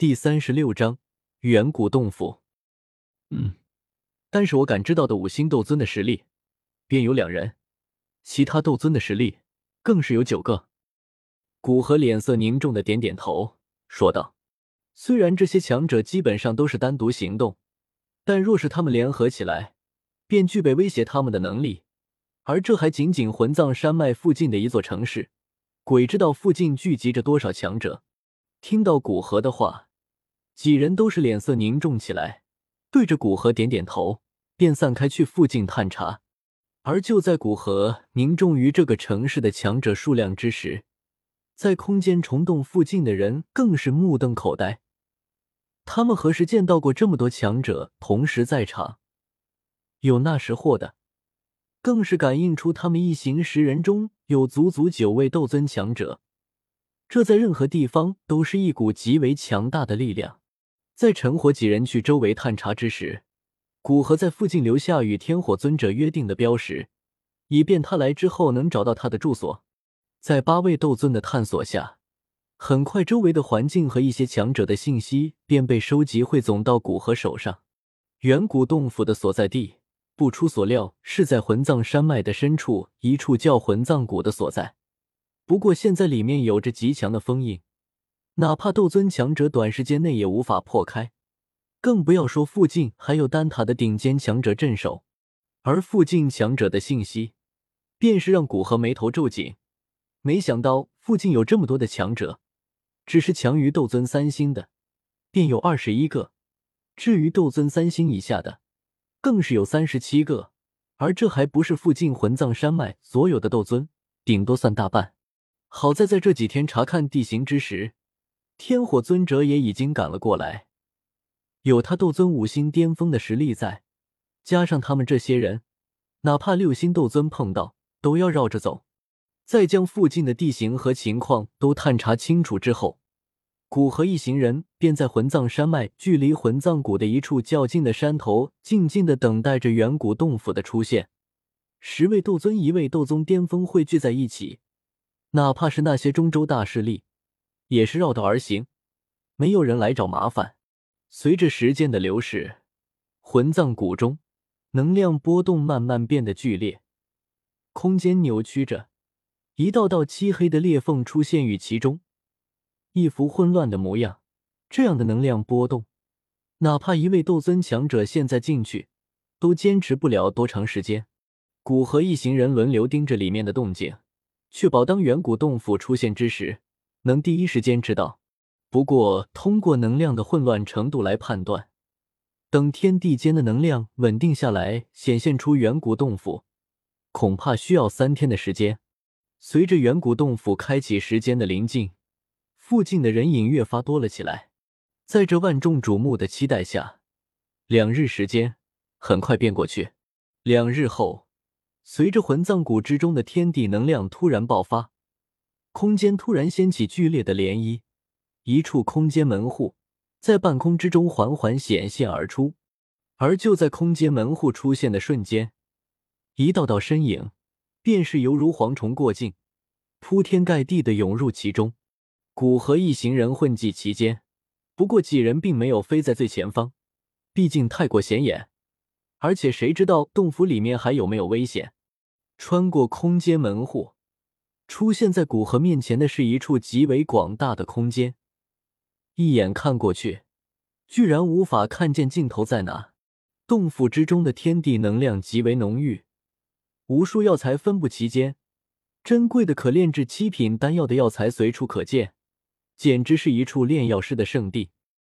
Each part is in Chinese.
第36章远古洞府。但是我感知到的五星斗尊的实力便有2人，其他斗尊的实力更是有9个。古河脸色凝重的点点头，说道：虽然这些强者基本上都是单独行动，但若是他们联合起来，便具备威胁他们的能力。而这还仅仅魂葬山脉附近的一座城市，鬼知道附近聚集着多少强者。听到古河的话，几人都是脸色凝重起来，对着古河点点头，便散开去附近探查。而就在古河凝重于这个城市的强者数量之时，在空间虫洞附近的人更是目瞪口呆。他们何时见到过这么多强者同时在场？有那识货的，更是感应出他们一行10人中有足足9位斗尊强者，这在任何地方都是一股极为强大的力量。在陈火几人去周围探查之时，古河在附近留下与天火尊者约定的标识，以便他来之后能找到他的住所。在8位斗尊的探索下，很快周围的环境和一些强者的信息便被收集汇总到古河手上。远古洞府的所在地，不出所料是在魂葬山脉的深处一处叫魂葬谷的所在。不过现在里面有着极强的封印，哪怕斗尊强者短时间内也无法破开，更不要说附近还有丹塔的顶尖强者镇守。而附近强者的信息便是让古河眉头皱紧，没想到附近有这么多的强者，只是强于斗尊3星的便有21个，至于斗尊3星以下的更是有37个，而这还不是附近魂葬山脉所有的斗尊，顶多算大半。好在这几天查看地形之时，天火尊者也已经赶了过来，有他斗尊5星巅峰的实力在，加上他们这些人，哪怕6星斗尊碰到都要绕着走。再将附近的地形和情况都探查清楚之后，古河一行人便在魂葬山脉距离魂葬谷的一处较近的山头静静地等待着远古洞府的出现。10位斗尊1位斗宗巅峰汇聚在一起，哪怕是那些中州大势力也是绕道而行，没有人来找麻烦。随着时间的流逝，魂葬谷中能量波动慢慢变得剧烈，空间扭曲着，一道道漆黑的裂缝出现于其中，一幅混乱的模样。这样的能量波动，哪怕1位斗尊强者现在进去都坚持不了多长时间。古河一行人轮流盯着里面的动静，确保当远古洞府出现之时能第一时间知道。不过通过能量的混乱程度来判断，等天地间的能量稳定下来，显现出远古洞府，恐怕需要3天的时间。随着远古洞府开启时间的临近，附近的人影越发多了起来。在这万众瞩目的期待下，2日时间很快便过去。2日后，随着魂葬谷之中的天地能量突然爆发，空间突然掀起剧烈的涟漪，一处空间门户在半空之中缓缓显现而出。而就在空间门户出现的瞬间，一道道身影便是犹如蝗虫过境，铺天盖地地涌入其中。古河一行人混迹其间，不过几人并没有飞在最前方，毕竟太过显眼，而且谁知道洞府里面还有没有危险。穿过空间门户，出现在古河面前的是一处极为广大的空间，一眼看过去居然无法看见尽头在哪。洞府之中的天地能量极为浓郁，无数药材分布其间，珍贵的可炼制7品丹药的药材随处可见，简直是一处炼药师的圣地。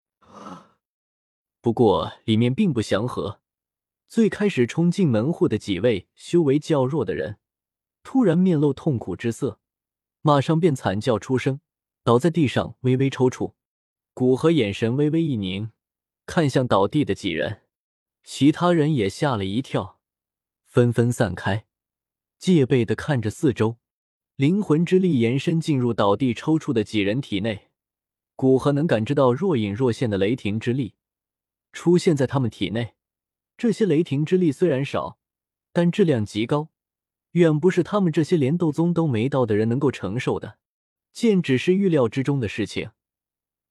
不过里面并不祥和，最开始冲进门户的几位修为较弱的人突然面露痛苦之色，马上便惨叫出声，倒在地上微微抽搐。古河眼神微微一凝，看向倒地的几人，其他人也吓了一跳，纷纷散开，戒备地看着四周。灵魂之力延伸进入倒地抽搐的几人体内，古河能感知到若隐若现的雷霆之力出现在他们体内。这些雷霆之力虽然少，但质量极高，远不是他们这些连斗宗都没到的人能够承受的。剑只是预料之中的事情，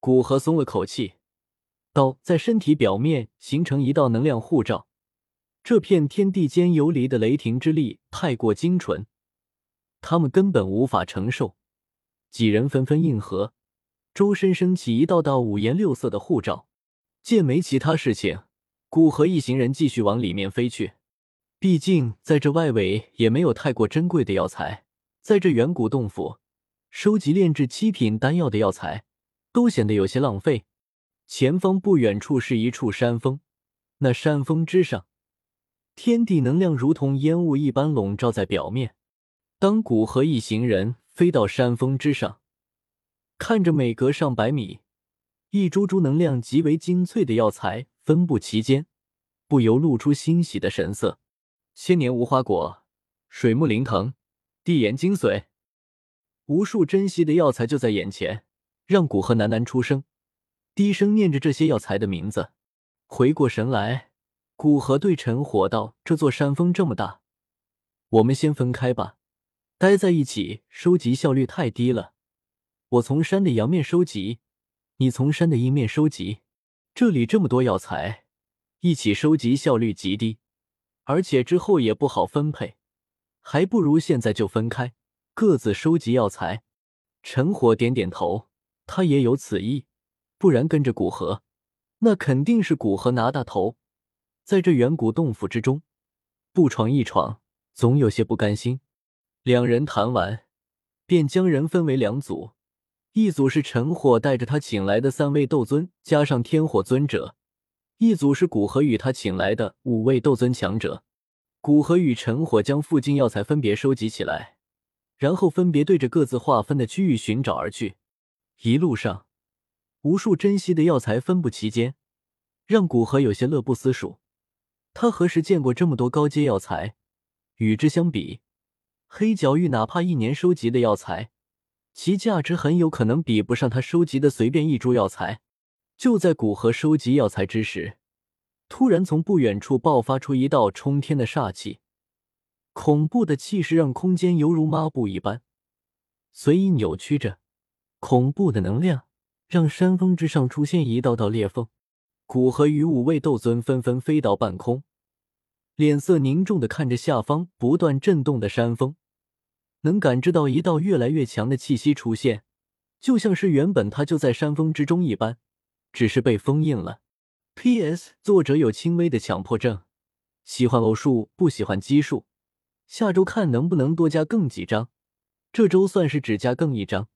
古河松了口气，道：“在身体表面形成一道能量护罩，这片天地间游离的雷霆之力太过精纯，他们根本无法承受。”几人纷纷应和，周身升起一道道五颜六色的护罩。见没其他事情，古河一行人继续往里面飞去。毕竟在这外围也没有太过珍贵的药材，在这远古洞府收集炼制7品丹药的药材都显得有些浪费。前方不远处是一处山峰，那山峰之上，天地能量如同烟雾一般笼罩在表面。当古河一行人飞到山峰之上，看着每隔上百米一株株能量极为精粹的药材分布其间，不由露出欣喜的神色。千年无花果，水木灵藤，地岩精髓，无数珍稀的药材就在眼前，让古河喃喃出声，低声念着这些药材的名字。回过神来，古河对陈火道：“这座山峰这么大，我们先分开吧，待在一起收集效率太低了。我从山的阳面收集，你从山的阴面收集，这里这么多药材，一起收集效率极低，而且之后也不好分配，还不如现在就分开，各自收集药材。”陈火点点头，他也有此意，不然跟着古河，那肯定是古河拿大头。在这远古洞府之中，不闯一闯，总有些不甘心。两人谈完，便将人分为两组，一组是陈火带着他请来的3位斗尊加上天火尊者，一组是古河与他请来的5位斗尊强者。古河与陈火将附近药材分别收集起来，然后分别对着各自划分的区域寻找而去。一路上，无数珍稀的药材分布其间，让古河有些乐不思蜀。他何时见过这么多高阶药材？与之相比，黑角域哪怕1年收集的药材，其价值很有可能比不上他收集的随便一株药材。就在古河收集药材之时，突然从不远处爆发出一道冲天的煞气，恐怖的气势让空间犹如抹布一般随意扭曲着，恐怖的能量让山峰之上出现一道道裂缝。古河与5位斗尊纷纷飞到半空，脸色凝重地看着下方不断震动的山峰，能感知到一道越来越强的气息出现，就像是原本他就在山峰之中一般，只是被封印了。PS 作者有轻微的强迫症，喜欢偶数不喜欢奇数，下周看能不能多加更几章，这周算是只加更1章。